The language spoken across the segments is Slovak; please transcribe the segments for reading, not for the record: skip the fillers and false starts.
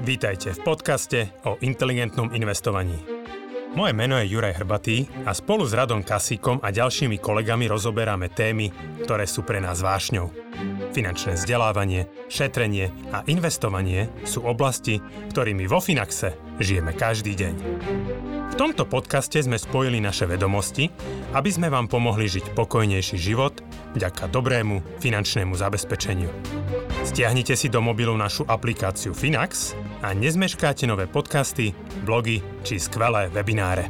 Vítajte v podcaste o inteligentnom investovaní. Moje meno je Juraj Hrbatý a spolu s Radom Kasíkom a ďalšími kolegami rozoberáme témy, ktoré sú pre nás vášňou. Finančné vzdelávanie, šetrenie a investovanie sú oblasti, ktorými vo Finaxe žijeme každý deň. V tomto podcaste sme spojili naše vedomosti, aby sme vám pomohli žiť pokojnejší život vďaka dobrému finančnému zabezpečeniu. Stiahnite si do mobilu našu aplikáciu Finax a nezmeškáte nové podcasty, blogy či skvelé webináre.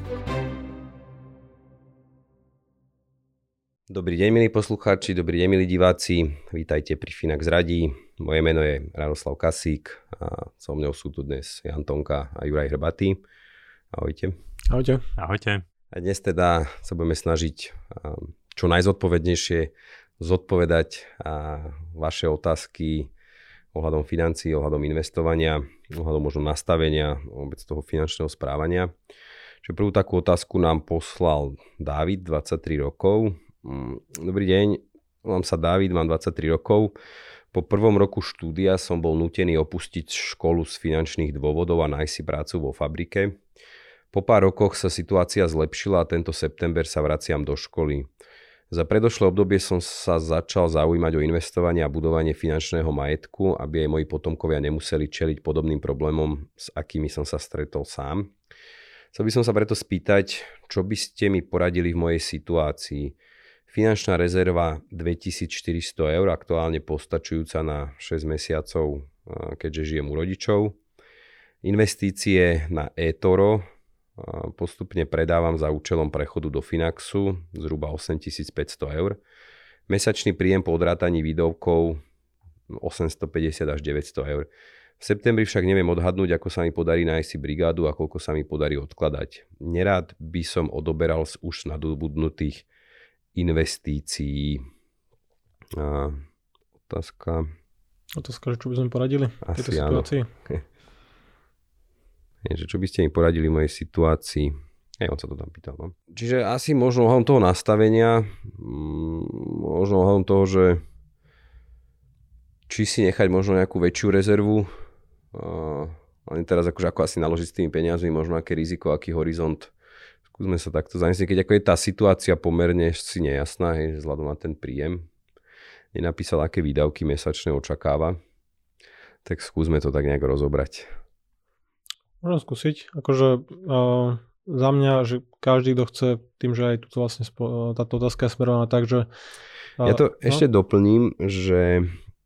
Dobrý deň, milí poslucháči, dobrý deň, milí diváci. Vítajte pri Finax radí. Moje meno je Radoslav Kasík a so mnou sú tu dnes Jan Tonka a Juraj Hrbatý. Ahojte. Ahojte. Ahojte. A dnes teda sa budeme snažiť čo najzodpovednejšie zodpovedať vaše otázky ohľadom financií, ohľadom investovania, ohľadom možno nastavenia vôbec toho finančného správania. Čiže prvú takú otázku nám poslal Dávid, 23 rokov. Dobrý deň, volám sa Dávid, mám 23 rokov. Po prvom roku štúdia som bol nútený opustiť školu z finančných dôvodov a nájsť si prácu vo fabrike. Po pár rokoch sa situácia zlepšila a tento september sa vraciam do školy. Za predošlé obdobie som sa začal zaujímať o investovanie a budovanie finančného majetku, aby aj moji potomkovia nemuseli čeliť podobným problémom, s akými som sa stretol sám. Chcel by som sa preto spýtať, čo by ste mi poradili v mojej situácii. Finančná rezerva 2400 eur, aktuálne postačujúca na 6 mesiacov, keďže žijem u rodičov. Investície na eToro postupne predávam za účelom prechodu do Finaxu, zhruba 8500 eur. Mesačný príjem po odrátaní výdavkov 850 až 900 eur. V septembri však neviem odhadnúť, ako sa mi podarí nájsť si brigádu a koľko sa mi podarí odkladať. Nerád by som odoberal z už nadobudnutých investícií. Otázka, že čo by sme poradili v tejto situácii? Čo by ste mi poradili v mojej situácii? On sa to tam pýtal. No. Čiže asi možno ohľadom toho nastavenia, možno ohľadom toho, že či si nechať možno nejakú väčšiu rezervu, len teraz ako asi naložiť s tými peniazmi, možno aké riziko, aký horizont. Skúsme sa takto zamyslieť, keď ako je tá situácia pomerne si nejasná, vzhľadom na ten príjem. Nenapísal, aké výdavky mesačne očakáva. Tak skúsme to tak nejak rozobrať. Môžem skúsiť. Za mňa, že každý, kto chce, tým, že aj tu vlastne táto otázka je smerovaná tak, že... Ja to ešte doplním, že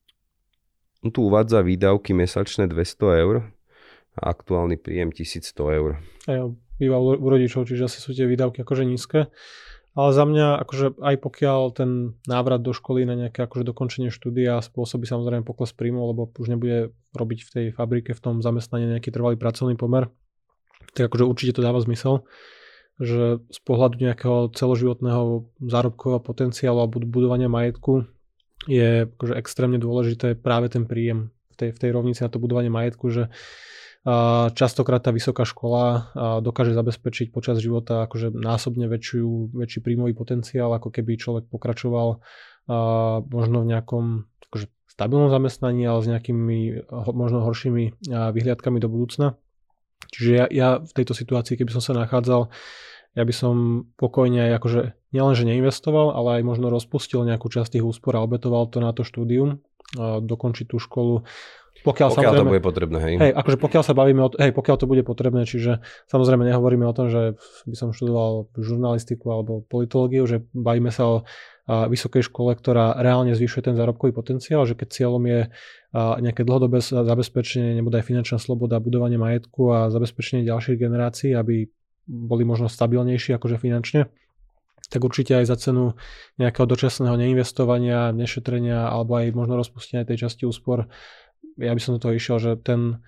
tu uvádza výdavky mesačné 200 eur a aktuálny príjem 1100 eur. Býva u rodičov, čiže asi sú tie výdavky nízke. Ale za mňa, aj pokiaľ ten návrat do školy na nejaké dokončenie štúdia spôsobí samozrejme pokles príjmov, lebo už nebude robiť v tej fabrike, v tom zamestnaní nejaký trvalý pracovný pomer, tak určite to dáva zmysel, že z pohľadu nejakého celoživotného zárobkového potenciálu a budovania majetku je extrémne dôležité práve ten príjem v tej rovnici na to budovanie majetku, že častokrát tá vysoká škola dokáže zabezpečiť počas života násobne väčší príjmový potenciál, ako keby človek pokračoval možno v nejakom stabilnom zamestnaní, ale s nejakými možno horšími vyhliadkami do budúcna. Čiže ja v tejto situácii, keby som sa nachádzal, ja by som pokojne nielenže neinvestoval, ale aj možno rozpustil nejakú časť tých úspor a obetoval to na to štúdium, dokončiť tú školu. Pokiaľ to bude potrebné, hej. Pokiaľ sa bavíme pokiaľ to bude potrebné, čiže samozrejme nehovoríme o tom, že by som študoval žurnalistiku alebo politológiu, že bavíme sa o vysokej škole, ktorá reálne zvyšuje ten zárobkový potenciál, že keď cieľom je nejaké dlhodobé zabezpečenie, nebude aj finančná sloboda, budovanie majetku a zabezpečenie ďalších generácií, aby boli možno stabilnejší finančne, tak určite aj za cenu nejakého dočasného neinvestovania, nešetrenia alebo aj možno rozpustenia tej časti úspor. Ja by som do toho išiel, že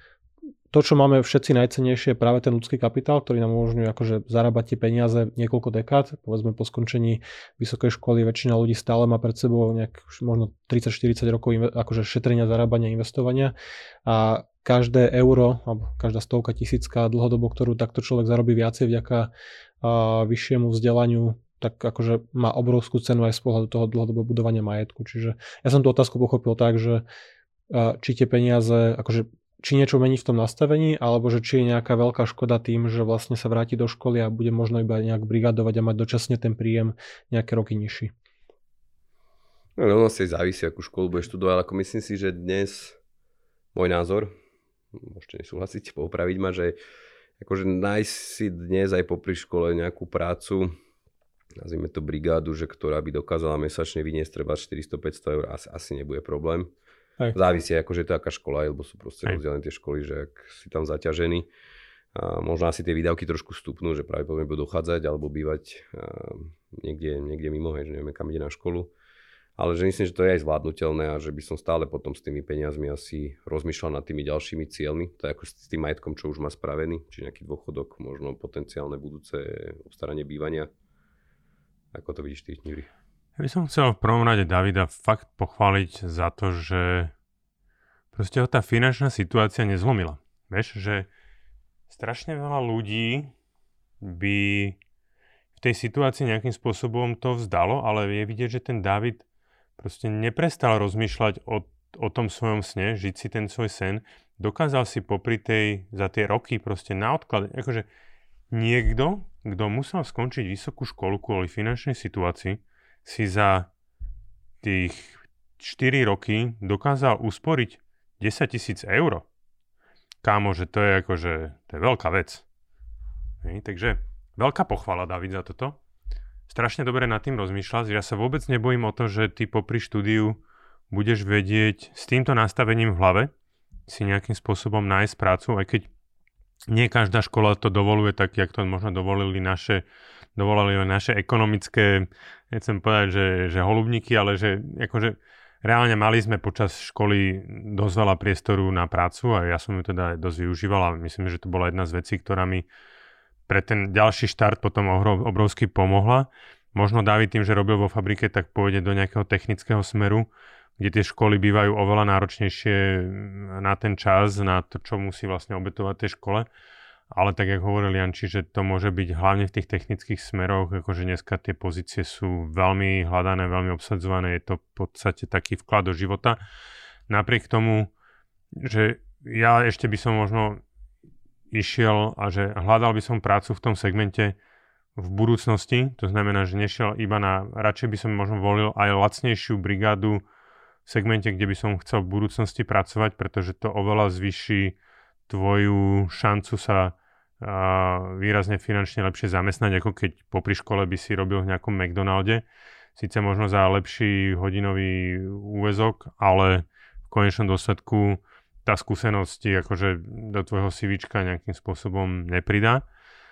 to, čo máme všetci najcennejšie, je práve ten ľudský kapitál, ktorý nám umožňuje zarábať tie peniaze niekoľko dekád. Povedzme po skončení vysokej školy väčšina ľudí stále má pred sebou možno 30-40 rokov šetrenia, zarábania, investovania a každé euro, alebo každá stovka, tisícka dlhodobo, ktorú takto človek zarobí viacej vďaka vyššiemu vzdelaniu, tak má obrovskú cenu aj z pohľadu toho dlhodobého budovania majetku. Čiže ja som tú otázku pochopil tak, že či tie peniaze, či niečo mení v tom nastavení, alebo že či je nejaká veľká škoda tým, že vlastne sa vráti do školy a bude možno iba nejak brigadovať a mať dočasne ten príjem nejaké roky nižší. No, ono si závisí, akú školu budeš študovať, ako myslím si, že dnes, môj názor, môžete nesúhlasiť, poupraviť ma, že akože nájsť si dnes aj popri škole nejakú prácu, nazvime to brigádu, že ktorá by dokázala mesačne vyniesť treba 400-500 eur, asi nebude problém. Hej. Závisí, akože to je aká škola, lebo sú proste rozdelené tie školy, že ak si tam zaťažený, možno asi tie výdavky trošku stupnú, že pravdepodobne budú dochádzať alebo bývať niekde mimo, že nevieme kam ide na školu. Ale že myslím, že to je aj zvládnutelné a že by som stále potom s tými peniazmi asi rozmýšľal nad tými ďalšími cieľmi. To je ako s tým majetkom, čo už má spravený, či nejaký dôchodok, možno potenciálne budúce obstaranie bývania. Ako to vidíš ty, Juri? Ja by som chcel v prvom rade Davida fakt pochváliť za to, že proste ho tá finančná situácia nezlomila. Vieš, že strašne veľa ľudí by v tej situácii nejakým spôsobom to vzdalo, ale je vidieť, že ten David proste neprestal rozmýšľať o tom svojom sne, žiť si ten svoj sen, dokázal si popri za tie roky proste na odklad, akože niekto, kto musel skončiť vysokú školu kvôli finančnej situácii, si za tých 4 roky dokázal usporiť 10 000 eur. Kámo, že to je akože, to je veľká vec. Takže veľká pochvala, David, za toto. Strašne dobre nad tým rozmýšľať. Ja sa vôbec nebojím o to, že ty popri štúdiu budeš vedieť s týmto nastavením v hlave si nejakým spôsobom nájsť prácu, aj keď nie každá škola to dovoluje tak, jak to možno dovolili naše ekonomické, nechcem povedať, že holubníky, ale že akože reálne mali sme počas školy dosť veľa priestoru na prácu a ja som ju teda dosť využíval a myslím, že to bola jedna z vecí, ktorá mi pre ten ďalší štart potom obrovsky pomohla. Možno David tým, že robil vo fabrike, tak pôjde do nejakého technického smeru, kde tie školy bývajú oveľa náročnejšie na ten čas, na to, čo musí vlastne obetovať tej škole. Ale tak, jak hovoril Janči, že to môže byť hlavne v tých technických smeroch, akože dneska tie pozície sú veľmi hľadané, veľmi obsadzované, je to v podstate taký vklad do života. Napriek tomu, že ja ešte by som možno išiel a že hľadal by som prácu v tom segmente v budúcnosti, to znamená, že nešiel iba radšej by som možno volil aj lacnejšiu brigádu v segmente, kde by som chcel v budúcnosti pracovať, pretože to oveľa zvýši tvoju šancu sa výrazne finančne lepšie zamestnať, ako keď popri škole by si robil v nejakom McDonalde. Sice možno za lepší hodinový úväzok, ale v konečnom dôsledku tá skúsenosť akože do tvojho CVčka nejakým spôsobom nepridá.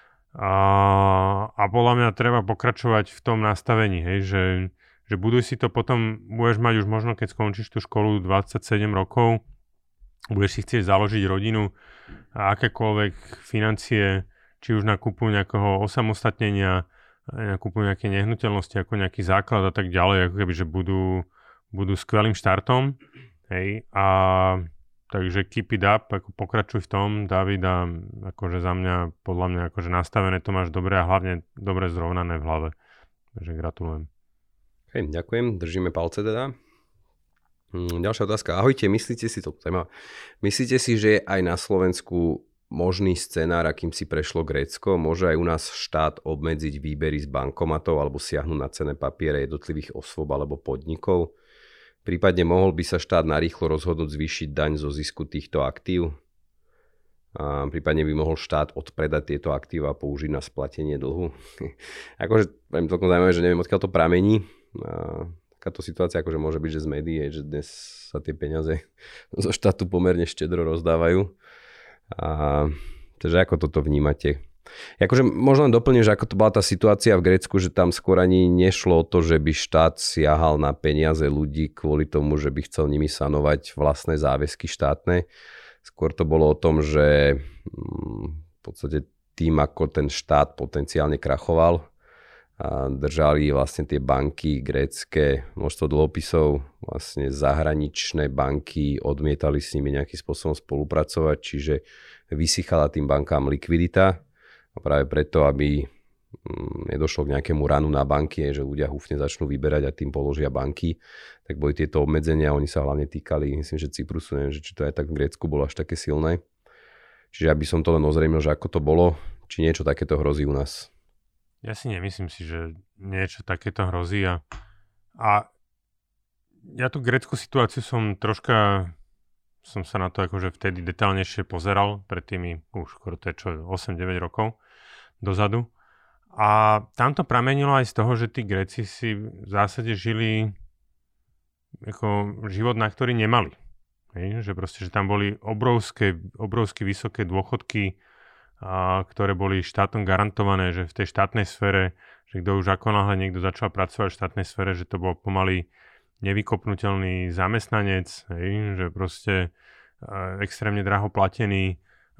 A podľa mňa treba pokračovať v tom nastavení, hej, že buduj si to potom, budeš mať už možno, keď skončíš tú školu 27 rokov, budeš si chcieť založiť rodinu a akékoľvek financie, či už na kúpu nejakého osamostatnenia, na kúpu nejaké nehnuteľnosti, ako nejaký základ a tak ďalej, ako keby, že budú skvelým štartom. Hej, a takže keep it up, ako pokračuj v tom, David, a akože za mňa, podľa mňa, akože nastavené to máš dobre a hlavne dobre zrovnané v hlave. Takže gratulujem. Hej, ďakujem, držíme palce teda. Ďalšia otázka. Ahojte, myslíte si, že je aj na Slovensku možný scenár, akým si prešlo Grécko? Môže aj u nás štát obmedziť výbery z bankomatov alebo siahnuť na cenné papiere jednotlivých osôb alebo podnikov? Prípadne mohol by sa štát narýchlo rozhodnúť zvýšiť daň zo zisku týchto aktív? A prípadne by mohol štát odpredať tieto aktíva a použiť na splatenie dlhu? Akože, celkom zaujímavé, že neviem, odkiaľ to pramení. Takáto situácia akože môže byť, že z médií, že dnes sa tie peniaze zo štátu pomerne štedro rozdávajú. Takže ako toto vnímate? Akože možno len doplním, že ako to bola tá situácia v Grécku, že tam skôr ani nešlo o to, že by štát siahal na peniaze ľudí kvôli tomu, že by chcel nimi sanovať vlastné záväzky štátne. Skôr to bolo o tom, že v podstate tým, ako ten štát potenciálne krachoval, a držali vlastne tie banky grécke, množstvo dlhopisov, vlastne zahraničné banky odmietali s nimi nejakým spôsobom spolupracovať, čiže vysychala tým bankám likvidita a práve preto, aby nedošlo k nejakému ranu na banky, že ľudia húfne začnú vyberať a tým položia banky, tak boli tieto obmedzenia, oni sa hlavne týkali, myslím, že Cyprusu, neviem, že či to aj tak v Grécku bolo až také silné. Čiže ja by som to len ozrejmil, že ako to bolo, či niečo takéto hrozí u nás. Ja si nemyslím si, že niečo takéto hrozí a ja tú grécku situáciu som sa na to akože vtedy detálnejšie pozeral pred tými už skoro 8-9 rokov dozadu. A tam to pramenilo aj z toho, že tí Gréci si v zásade žili ako život, na ktorý nemali. Hej? Že proste, že tam boli obrovské vysoké dôchodky, ktoré boli štátom garantované, že v tej štátnej sfére, že kto už ako náhle niekto začal pracovať v štátnej sfére, že to bol pomaly nevykopnutelný zamestnanec, hej? Že proste extrémne draho platený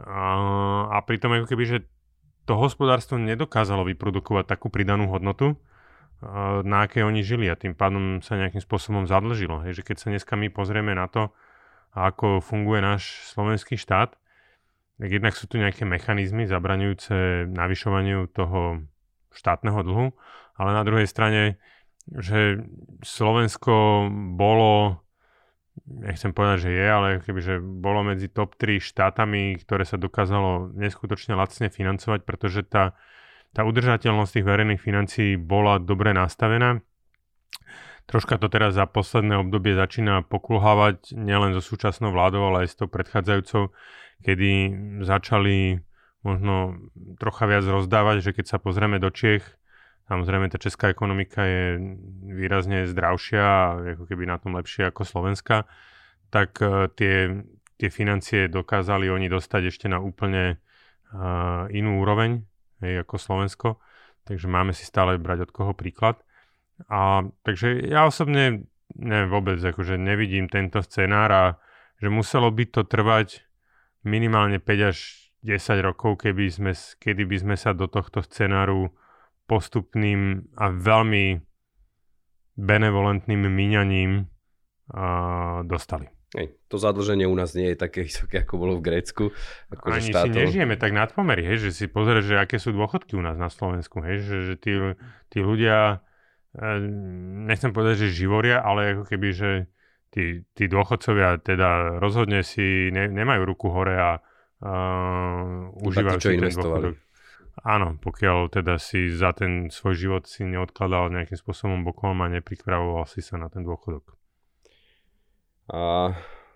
a pritom ako keby, že to hospodárstvo nedokázalo vyprodukovať takú pridanú hodnotu, na akej oni žili a tým pádom sa nejakým spôsobom zadlžilo. Hej, že keď sa dneska my pozrieme na to, ako funguje náš slovenský štát, tak jednak sú tu nejaké mechanizmy zabraňujúce navyšovaniu toho štátneho dlhu, ale na druhej strane, že Slovensko bolo, nechcem povedať, že je, ale kebyže bolo medzi top 3 štátami, ktoré sa dokázalo neskutočne lacne financovať, pretože tá udržateľnosť tých verejných financií bola dobre nastavená. Troška to teraz za posledné obdobie začína pokulhávať nielen so súčasnou vládou, ale aj s tou predchádzajúcou, kedy začali možno trocha viac rozdávať, že keď sa pozrieme do Čiech, samozrejme, tá česká ekonomika je výrazne zdravšia, ako keby na tom lepšie ako Slovenska, tak tie financie dokázali oni dostať ešte na úplne inú úroveň, ako Slovensko. Takže máme si stále brať od koho príklad. Takže ja osobne vôbec akože nevidím tento scenár a že muselo by to trvať minimálne 5 až 10 rokov, kedy by sme sa do tohto scenáru postupným a veľmi benevolentným míňaním dostali. To zadlženie u nás nie je také vysoké, ako bolo v Grécku. Ani si nežijeme tak nad pomery, že si pozrieš, že aké sú dôchodky u nás na Slovensku. Že tí ľudia, nechcem povedať, že živoria, ale ako keby, že tí dôchodcovia teda rozhodne si nemajú ruku hore a užívajú si ten dôchodok. Áno, pokiaľ teda si za ten svoj život si neodkladal nejakým spôsobom bokom a nepripravoval si sa na ten dôchodok. A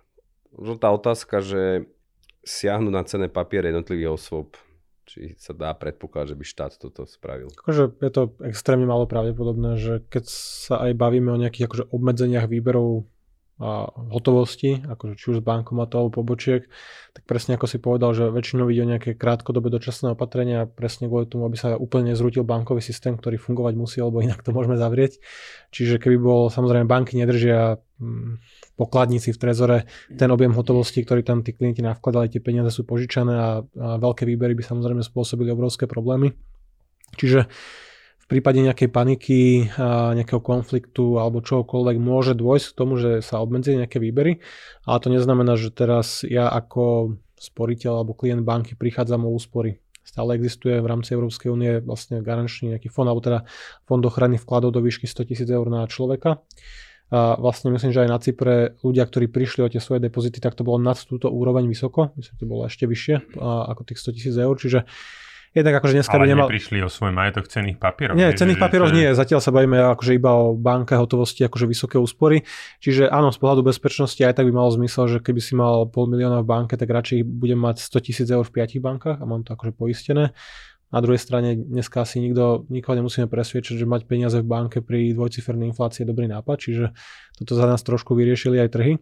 tá otázka, že siahnu na cenné papiere jednotlivých osôb, či sa dá predpokladať, že by štát toto spravil? Akože je to extrémne málo pravdepodobné, že keď sa aj bavíme o nejakých akože obmedzeniach výberov a hotovosti, akože či už z bankomatov alebo pobočiek, tak presne ako si povedal, že väčšinou ide o nejaké krátkodobé dočasné opatrenia presne kvôli tomu, aby sa úplne nezrútil bankový systém, ktorý fungovať musí, lebo inak to môžeme zavrieť. Čiže keby bol, samozrejme banky nedržia v pokladnici, v trezore ten objem hotovosti, ktorý tam tí klienti navkladali, tie peniaze sú požičané a veľké výbery by samozrejme spôsobili obrovské problémy. Čiže v prípade nejakej paniky, nejakého konfliktu alebo čokoľvek môže dôjsť k tomu, že sa obmedzia nejaké výbery, ale to neznamená, že teraz ja ako sporiteľ alebo klient banky prichádzam o úspory. Stále existuje v rámci Európskej únie vlastne garančný nejaký fond, alebo teda fond ochrany vkladov do výšky 100 000 eur na človeka. A vlastne myslím, že aj na Cypre ľudia, ktorí prišli o tie svoje depozity, tak to bolo nad túto úroveň vysoko. Myslím, že to bolo ešte vyššie ako tých 100 000 eur, čiže jednak akože dneska by nemal... Ale neprišli o svoj majetok cenných papierov. Nie, cenných papierov nie. Zatiaľ sa bavíme akože iba o banke hotovosti, akože vysoké úspory. Čiže áno, z pohľadu bezpečnosti aj tak by malo zmysel, že keby si mal 500 000 v banke, tak radšej budem mať 100 000 eur v 5 bankách a mám to akože poistené. Na druhej strane dneska asi nikoho nemusíme presviečať, že mať peniaze v banke pri dvojcifernej inflácii je dobrý nápad, čiže toto za nás trošku vyriešili aj trhy.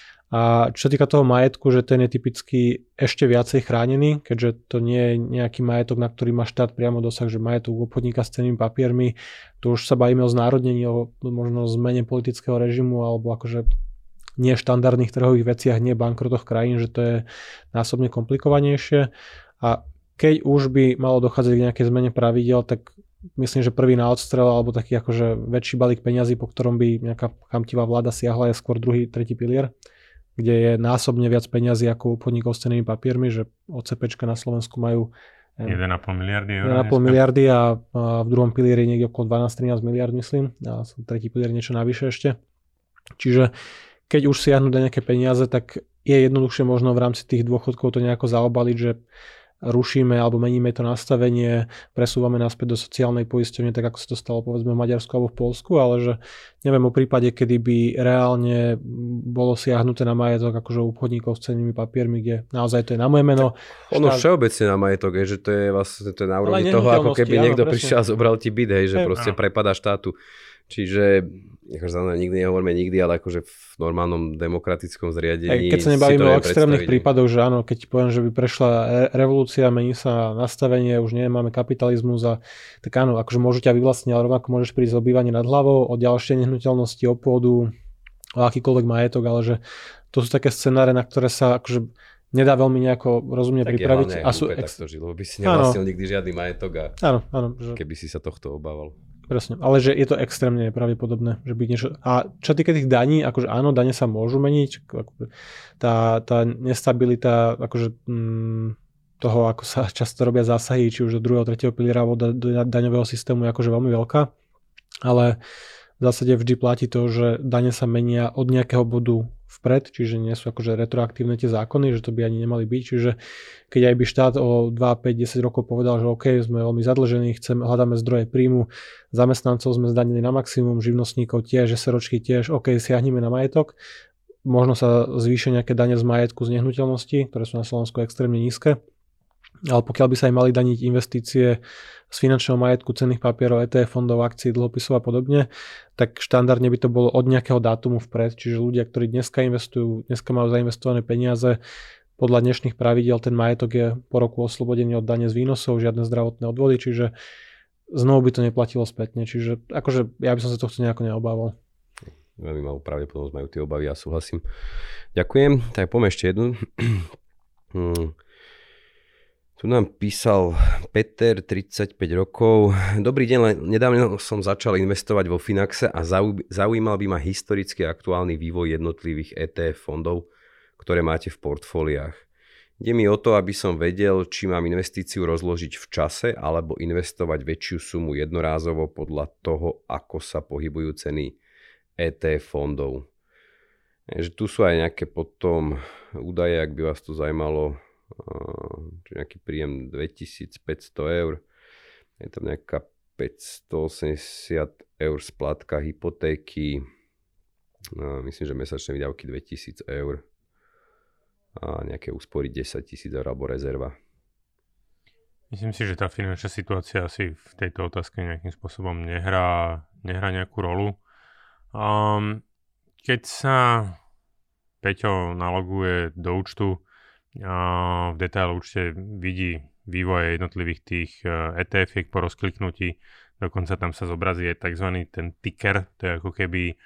A čo sa týka toho majetku, že ten je typicky ešte viacej chránený, keďže to nie je nejaký majetok, na ktorý má štát priamo dosah, že majetok obchodníka s cennými papiermi, tu už sa bavíme o znárodnení, o možno zmene politického režimu alebo akože nie štandardných trhových veciach, nie bankrotoch krajín, že to je násobne komplikovanejšie. A keď už by malo dochádzať k nejakej zmene pravidel, tak myslím, že prvý na odstrel alebo taký akože väčší balík peňazí, po ktorom by nejaká chamtivá vláda siahla, je skôr druhý, tretí pilier, kde je násobne viac peňazí ako obchodníkov s cennými papiermi, že OCPčka na Slovensku majú 1,5 miliardy eur. 1,5 miliardy a v druhom pilieri niekde okolo 12-13 miliard, myslím. A tretí pilier niečo navyše ešte. Čiže keď už siahnu na nejaké peniaze, tak je jednoduchšie možno v rámci tých dôchodkov to nejako zaobaliť, že rušíme alebo meníme to nastavenie, presúvame naspäť do sociálnej poisťovne, tak ako sa to stalo povedzme v Maďarsku alebo v Poľsku, ale že neviem o prípade, kedy by reálne bolo siahnuté na majetok akože u obchodníkov s cennými papiermi, kde naozaj to je na moje meno. Ono všeobecne na majetok, že to je vlastne to je na úrovni toho, ako keby niekto prišiel a zobral ti byt, že proste prepadá štátu. Čiže nikdy nehovoríme nikdy, ale akože v normálnom demokratickom zriadení. Keď sa nebavíme o extrémnych prípadoch, že áno, keď poviem, že by prešla revolúcia, mení sa nastavenie, už nemáme kapitalizmus a tak áno, akože môžu ťa vyvlastniť, ale rovnako môžeš prísť o bývanie nad hlavou, o ďalšie nehnuteľnosti, o pôdu, o akýkoľvek majetok, ale že to sú také scenáre, na ktoré sa akože nedá veľmi nejako rozumne tak pripraviť. A sú takto žil, by si nevlastnil nikdy žiadny majetok a áno, keby si sa tohto obával. Presne, ale že je to extrémne nepravdepodobné, že by niečo... A čo týka tých daní, akože áno, dane sa môžu meniť, tá nestabilita akože toho, ako sa často robia zásahy, či už do druhého, tretieho piliera alebo do daňového systému je akože veľmi veľká, ale v zásade vždy platí to, že dane sa menia od nejakého bodu vpred, čiže nie sú akože retroaktívne tie zákony, že to by ani nemali byť, čiže keď aj by štát o 2, 5, 10 rokov povedal, že OK, sme veľmi zadlžení, hľadáme zdroje príjmu, zamestnancov sme zdanili na maximum, živnostníkov tiež, SROčky tiež, OK, siahneme na majetok, možno sa zvýšia nejaké dane z majetku z nehnuteľnosti, ktoré sú na Slovensku extrémne nízke, ale pokiaľ by sa aj mali daniť investície z finančného majetku, cenných papierov, ETF fondov, akcií, dlhopisov a podobne, tak štandardne by to bolo od nejakého dátumu vpred. Čiže ľudia, ktorí dneska investujú, dneska majú zainvestované peniaze, podľa dnešných pravidiel ten majetok je po roku oslobodený od dane z výnosov, žiadne zdravotné odvody, čiže znovu by to neplatilo spätne. Čiže akože ja by som sa tohto nejako neobával. Veľmi malú pravdepodobnosť majú tie obavy, ja súhlasím. Ďakujem. Tak poďme ešte jednu. Tu nám písal Peter, 35 rokov. Dobrý deň, nedávno som začal investovať vo Finaxe a zaujímal by ma historicky aktuálny vývoj jednotlivých ETF fondov, ktoré máte v portfóliách. Ide mi o to, aby som vedel, či mám investíciu rozložiť v čase alebo investovať väčšiu sumu jednorázovo podľa toho, ako sa pohybujú ceny ETF fondov. Tu sú aj nejaké potom údaje, ak by vás to zaujímalo, nejaký príjem 2500 eur, je tam nejaká 580 eur splátka hypotéky, myslím, že mesačné výdavky 2000 eur a nejaké úspory 10 000 eur alebo rezerva. Myslím si, že tá finančná situácia asi v tejto otázke nejakým spôsobom nehrá nejakú rolu. Keď sa Peťo naloguje do účtu, v detailu určite vidí vývoj jednotlivých tých ETF-iek po rozkliknutí. Dokonca tam sa zobrazí aj tzv. Ten ticker, to je ako keby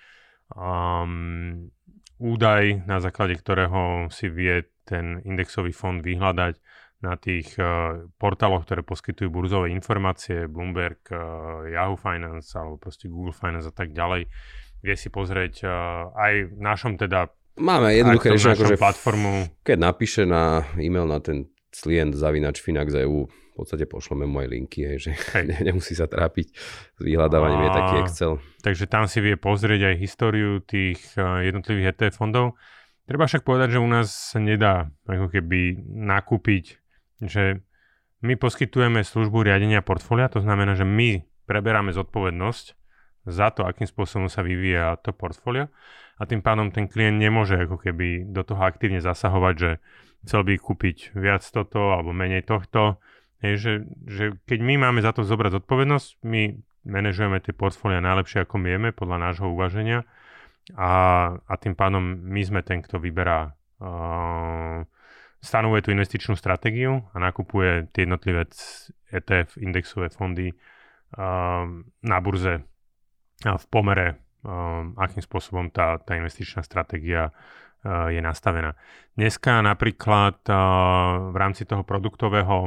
údaj, na základe ktorého si vie ten indexový fond vyhľadať na tých portáloch, ktoré poskytujú burzové informácie, Bloomberg, Yahoo Finance alebo proste Google Finance a tak ďalej. Vie si pozrieť aj v našom teda máme jednoduché riešenie, akože platformu. Keď napíše na e-mail na ten client @finax.eu, v podstate pošleme mu aj linky, že nemusí sa trápiť s vyhľadávaním, je taký Excel. Takže tam si vie pozrieť aj históriu tých jednotlivých ETF fondov. Treba však povedať, že u nás sa nedá ako keby nakúpiť, že my poskytujeme službu riadenia portfólia, to znamená, že my preberáme zodpovednosť za to, akým spôsobom sa vyvíja to portfólio. A tým pádom ten klient nemôže ako keby do toho aktívne zasahovať, že chcel by kúpiť viac toto alebo menej tohto. Že keď my máme za to zobrať zodpovednosť, my manažujeme tie portfólia najlepšie ako vieme podľa nášho uvaženia a tým pádom my sme ten, kto vyberá, stanovuje tú investičnú stratégiu a nakupuje tie jednotlivé ETF indexové fondy na burze v pomere, akým spôsobom tá investičná stratégia je nastavená. Dneska napríklad v rámci toho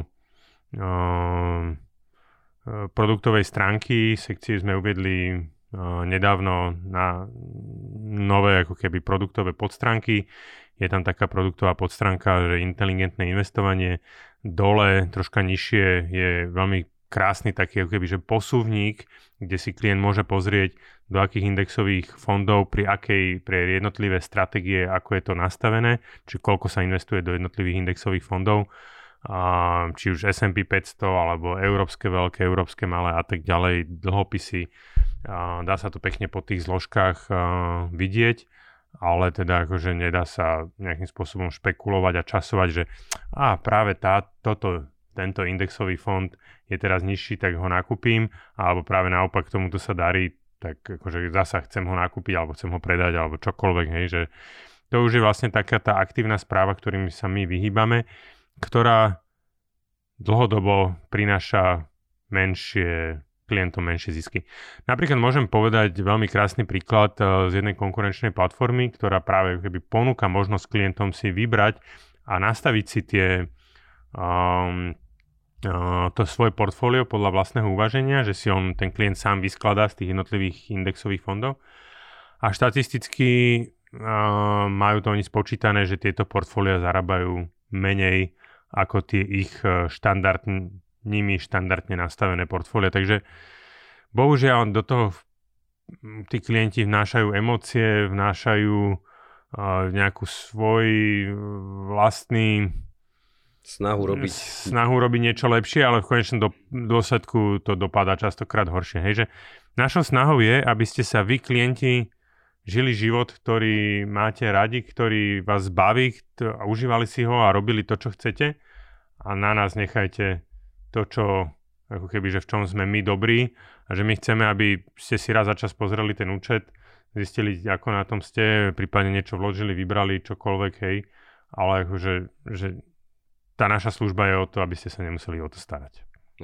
produktovej stránky sekcie sme uviedli nedávno na nové ako keby produktové podstránky. Je tam taká produktová podstránka, že inteligentné investovanie. Dole, troška nižšie, je veľmi krásny taký ako keby, že posuvník, kde si klient môže pozrieť, do akých indexových fondov, pre jednotlivé stratégie, ako je to nastavené, či koľko sa investuje do jednotlivých indexových fondov, či už S&P 500, alebo európske veľké, európske malé a tak ďalej, dlhopisy. Dá sa to pekne po tých zložkách vidieť, ale teda akože nedá sa nejakým spôsobom špekulovať a časovať, že práve tento indexový fond je teraz nižší, tak ho nakúpim, alebo práve naopak tomuto sa darí, tak akože zasa chcem ho nakúpiť, alebo chcem ho predať, alebo čokoľvek, hej, že to už je vlastne taká tá aktívna správa, ktorými sa my vyhýbame, ktorá dlhodobo prináša klientom menšie zisky. Napríklad môžem povedať veľmi krásny príklad z jednej konkurenčnej platformy, ktorá práve keby ponúka možnosť klientom si vybrať a nastaviť si to svoje portfólio podľa vlastného uvaženia, že si ten klient sám vyskladá z tých jednotlivých indexových fondov a štatisticky majú to oni spočítané, že tieto portfólia zarábajú menej ako tie ich štandardne nastavené portfólia. Takže bohužiaľ do toho tí klienti vnášajú emócie, vnášajú nejakú svoj vlastný snahu robiť niečo lepšie, ale v konečnom dôsledku to dopadá častokrát horšie. Hej, že našou snahou je, aby ste sa vy, klienti, žili život, ktorý máte radi, ktorý vás baví a užívali si ho a robili to, čo chcete a na nás nechajte to, čo ako keby, že v čom sme my dobrí a že my chceme, aby ste si raz za čas pozreli ten účet, zistili, ako na tom ste, prípadne niečo vložili, vybrali, čokoľvek, hej, ale akože, že tá naša služba je o to, aby ste sa nemuseli o to starať.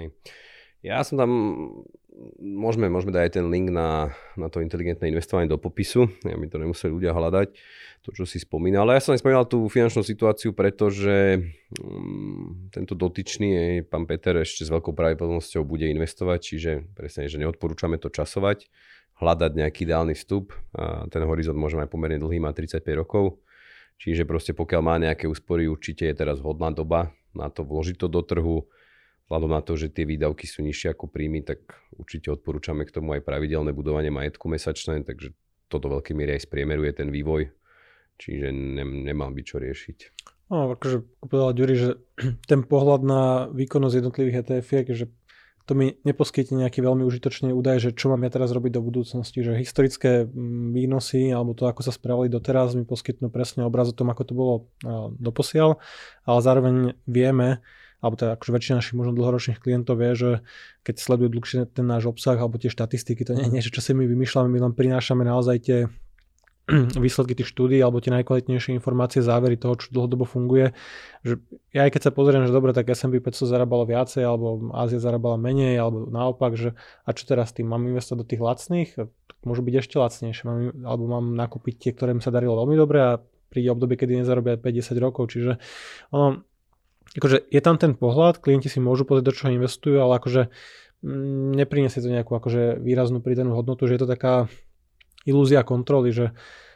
Ja som tam, môžeme dať aj ten link na to inteligentné investovanie do popisu, aby to nemuseli ľudia hľadať, to, čo si spomínal. Ale ja som spomínal tú finančnú situáciu, pretože tento dotyčný, pán Peter, ešte s veľkou pravdepodobnosťou bude investovať, čiže presne, že neodporúčame to časovať, hľadať nejaký ideálny vstup. A ten horizont môžeme aj pomerne dlhý, má 35 rokov. Čiže proste pokiaľ má nejaké úspory, určite je teraz vhodná doba na to vložiť to do trhu. Vzhľadom na to, že tie výdavky sú nižšie ako príjmy, tak určite odporúčame k tomu aj pravidelné budovanie majetku mesačné, takže to do veľkej miery aj spriemeruje ten vývoj. Čiže nemal by čo riešiť. No, akože povedal Ďuri, že ten pohľad na výkonnosť jednotlivých ETF-iek, že to mi neposkytne nejaký veľmi užitočný údaj, že čo mám ja teraz robiť do budúcnosti, že historické výnosy alebo to, ako sa správali doteraz, mi poskytnú presne obraz o tom, ako to bolo doposiaľ, ale zároveň vieme, alebo teda akože väčšina našich možno dlhoročných klientov vie, že keď sledujú dlhšie ten náš obsah alebo tie štatistiky, to nie je niečo, čo si my vymýšľame, my len prinášame naozaj tie výsledky tých štúdií alebo tie najkvalitnejšie informácie, závery toho, čo dlhodobo funguje. Že ja aj keď sa pozriem, že dobre, tak S&P 500 zarábalo viacej alebo Ázia zarábala menej alebo naopak, že a čo teraz s tým? Mám investovať do tých lacných? Môžu byť ešte lacnejšie. Alebo mám nakúpiť tie, ktoré mi sa darilo veľmi dobre a príde obdobie, kedy nezarobia 5-10 rokov. Čiže ono, akože je tam ten pohľad, klienti si môžu pozrieť, do čoho investujú, ale akože nepriniesie to nejakú akože výraznú pridanú hodnotu, že je to taká ilúzia kontroly, že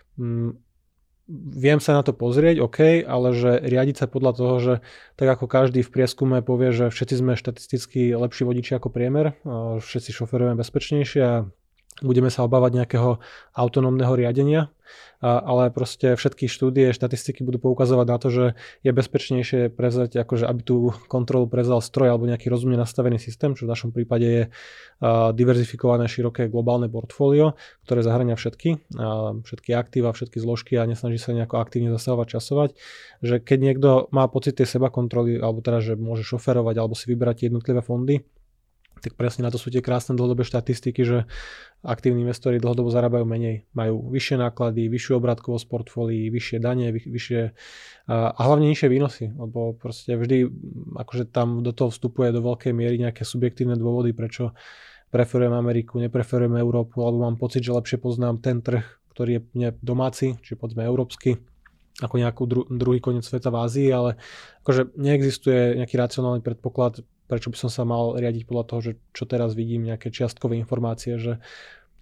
viem sa na to pozrieť, OK, ale že riadiť sa podľa toho, že tak ako každý v prieskume povie, že všetci sme štatisticky lepší vodiči ako priemer, všetci šoferujeme bezpečnejšie a budeme sa obávať nejakého autonómneho riadenia, ale proste všetky štúdie, štatistiky budú poukazovať na to, že je bezpečnejšie prevzať, akože aby tú kontrolu prevzal stroj alebo nejaký rozumne nastavený systém, čo v našom prípade je diverzifikované široké globálne portfólio, ktoré zahŕňa všetky aktíva, všetky zložky a nesnaží sa nejako aktívne zasahovať, časovať, že keď niekto má pocit tej sebakontroly, alebo teda, že môže šoferovať alebo si vybrať jednotlivé fondy, tak presne na to sú tie krásne dlhodobé štatistiky, že aktívni investori dlhodobo zarábajú menej, majú vyššie náklady, vyššiu obratkovosť portfólií, vyššie dane, vyššie a hlavne nižšie výnosy, lebo proste vždy akože tam do toho vstupuje do veľkej miery nejaké subjektívne dôvody, prečo preferujem Ameriku, nepreferujem Európu, alebo mám pocit, že lepšie poznám ten trh, ktorý je mne domáci, či povedzme európsky, ako nejakú druhý koniec sveta v Ázii, ale akože neexistuje nejaký racionálny predpoklad, prečo by som sa mal riadiť podľa toho, že čo teraz vidím, nejaké čiastkové informácie, že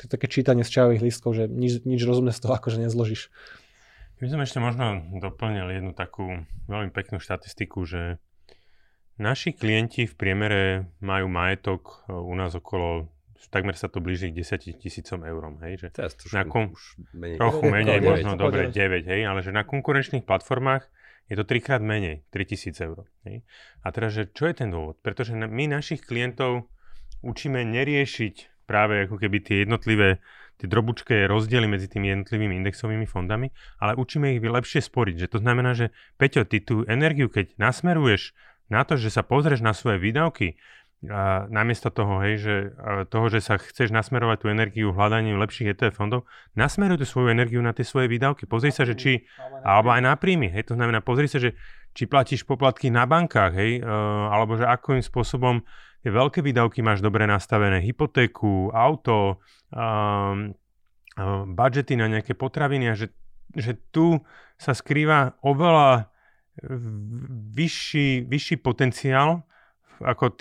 to je také čítanie z čajových lístkov, že nič rozumné z toho akože nezložíš. My som ešte možno doplnil jednu takú veľmi peknú štatistiku, že naši klienti v priemere majú majetok u nás okolo, takmer sa to blíži k 10 000 eurom, hej, že trochu menej, možno dobre 9, hej, ale že na konkurenčných platformách je to 3-krát menej, 3 000 eur. Hej. A teraz, že čo je ten dôvod? Pretože my našich klientov učíme neriešiť práve ako keby tie drobučké rozdiely medzi tými jednotlivými indexovými fondami, ale učíme ich lepšie sporiť. Že to znamená, že Peťo, ty tú energiu, keď nasmeruješ na to, že sa pozrieš na svoje výdavky, a namiesto toho, hej, že sa chceš nasmerovať tú energiu hľadaním lepších ETF fondov, nasmeruj tú svoju energiu na tie svoje výdavky. Pozri sa, že či, alebo aj na príjmy, hej, to znamená, pozri sa, že či platíš poplatky na bankách, hej, alebo že akým spôsobom tie veľké výdavky máš dobre nastavené, hypotéku, auto, budžety na nejaké potraviny a že tu sa skrýva oveľa vyšší potenciál ako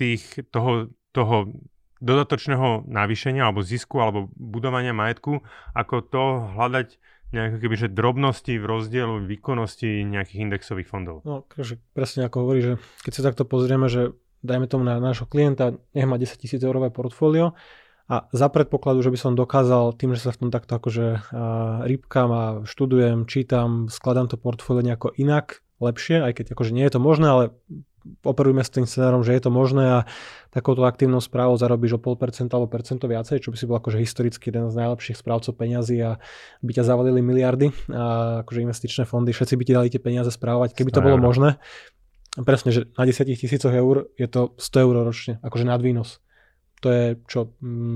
toho dodatočného navýšenia alebo zisku alebo budovania majetku, ako to hľadať nejaké kebyže drobnosti v rozdielu výkonnosti nejakých indexových fondov. No, presne ako hovorí, že keď sa takto pozrieme, že dajme tomu na nášho klienta, nech má 10 000 eurové portfólio a za predpokladu, že by som dokázal tým, že sa v tom takto akože rýpkam a študujem, čítam, skladám to portfólio nejako inak, lepšie, aj keď akože nie je to možné, ale operujeme s tým scenárom, že je to možné a takouto aktívnou správou zarobíš o 0,5% alebo percento viacej, čo by si bol akože historicky jeden z najlepších správcov peňazí a by ťa zavalili miliardy a akože investičné fondy, všetci by ti dali tie peniaze správovať, keby to bolo možné. Presne, že na 10 000 eur je to 100 eur ročne, akože nadvýnos. To je čo...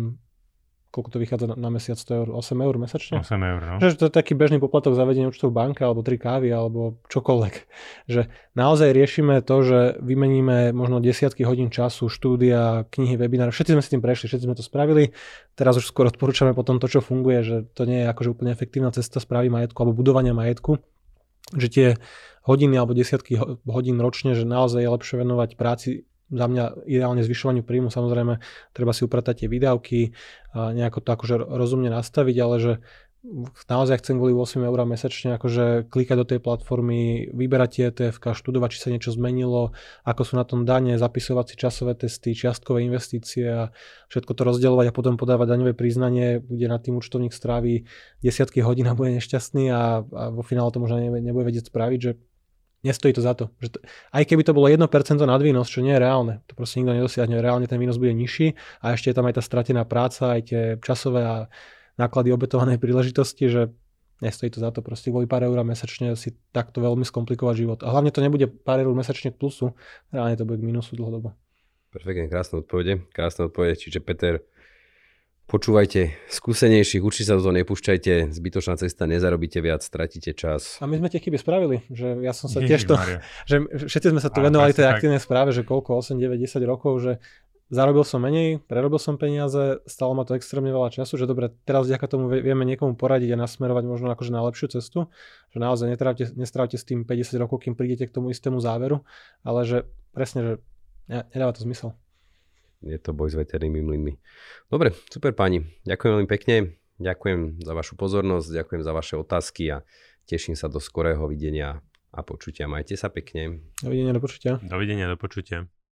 koľko to vychádza na mesiac, 100 eur, 8 eur mesačne? 8 eur, no. Že to je taký bežný poplatok za vedenie účtov v banke, alebo 3 kávy, alebo čokoľvek. Že naozaj riešime to, že vymeníme možno desiatky hodín času, štúdia, knihy, webináre. Všetci sme s tým prešli, všetci sme to spravili. Teraz už skôr odporúčame potom to, čo funguje, že to nie je akože úplne efektívna cesta správy majetku alebo budovania majetku. Že tie hodiny alebo desiatky hodín ročne, že naozaj je lepšie venovať práci, za mňa ideálne zvyšovaniu príjmu, samozrejme treba si upratať tie výdavky a nejako to akože rozumne nastaviť, ale že naozaj chcem kvôli 8 eur mesačne akože klikať do tej platformy, vyberať tie ETF-ka, študovať, či sa niečo zmenilo, ako sú na tom dane, zapisovať si časové testy, čiastkové investície a všetko to rozdielovať a potom podávať daňové priznanie, kde nad tým účtovník stráví desiatky hodín a bude nešťastný a vo finále to možno nebude vedieť spraviť, že nestojí to za to. Aj keby to bolo 1% nadvýnos, čo nie je reálne, to proste nikto nedosiahne, reálne ten výnos bude nižší a ešte je tam aj tá stratená práca, aj tie časové a náklady obetovanej príležitosti, že nestojí to za to. Proste kvôli pár eur mesačne si takto veľmi skomplikovať život. A hlavne to nebude pár eur mesačne k plusu, reálne to bude k minusu dlhodobo. Perfektne, krásne odpovede. Čiže Peter, počúvajte skúsenejších, určite sa do toho nepúšťajte, zbytočná cesta, nezarobíte viac, stratíte čas. A my sme tie chyby spravili, že ja som sa tiež to, že všetci sme sa tu venovali tej aktívnej správe, že koľko, 8, 9, 10 rokov, že zarobil som menej, prerobil som peniaze, stalo ma to extrémne veľa času, že dobre, teraz vďaka tomu vieme niekomu poradiť a nasmerovať možno akože na lepšiu cestu, že naozaj nestrávte s tým 50 rokov, kým prídete k tomu istému záveru, ale že presne, že nedáva to zmysel. Je to boj s veternými mlynmi. Dobre, super páni. Ďakujem veľmi pekne. Ďakujem za vašu pozornosť, ďakujem za vaše otázky a teším sa do skorého videnia a počutia. Majte sa pekne. Dovidenia, do počutia. Dovidenia, do počutia.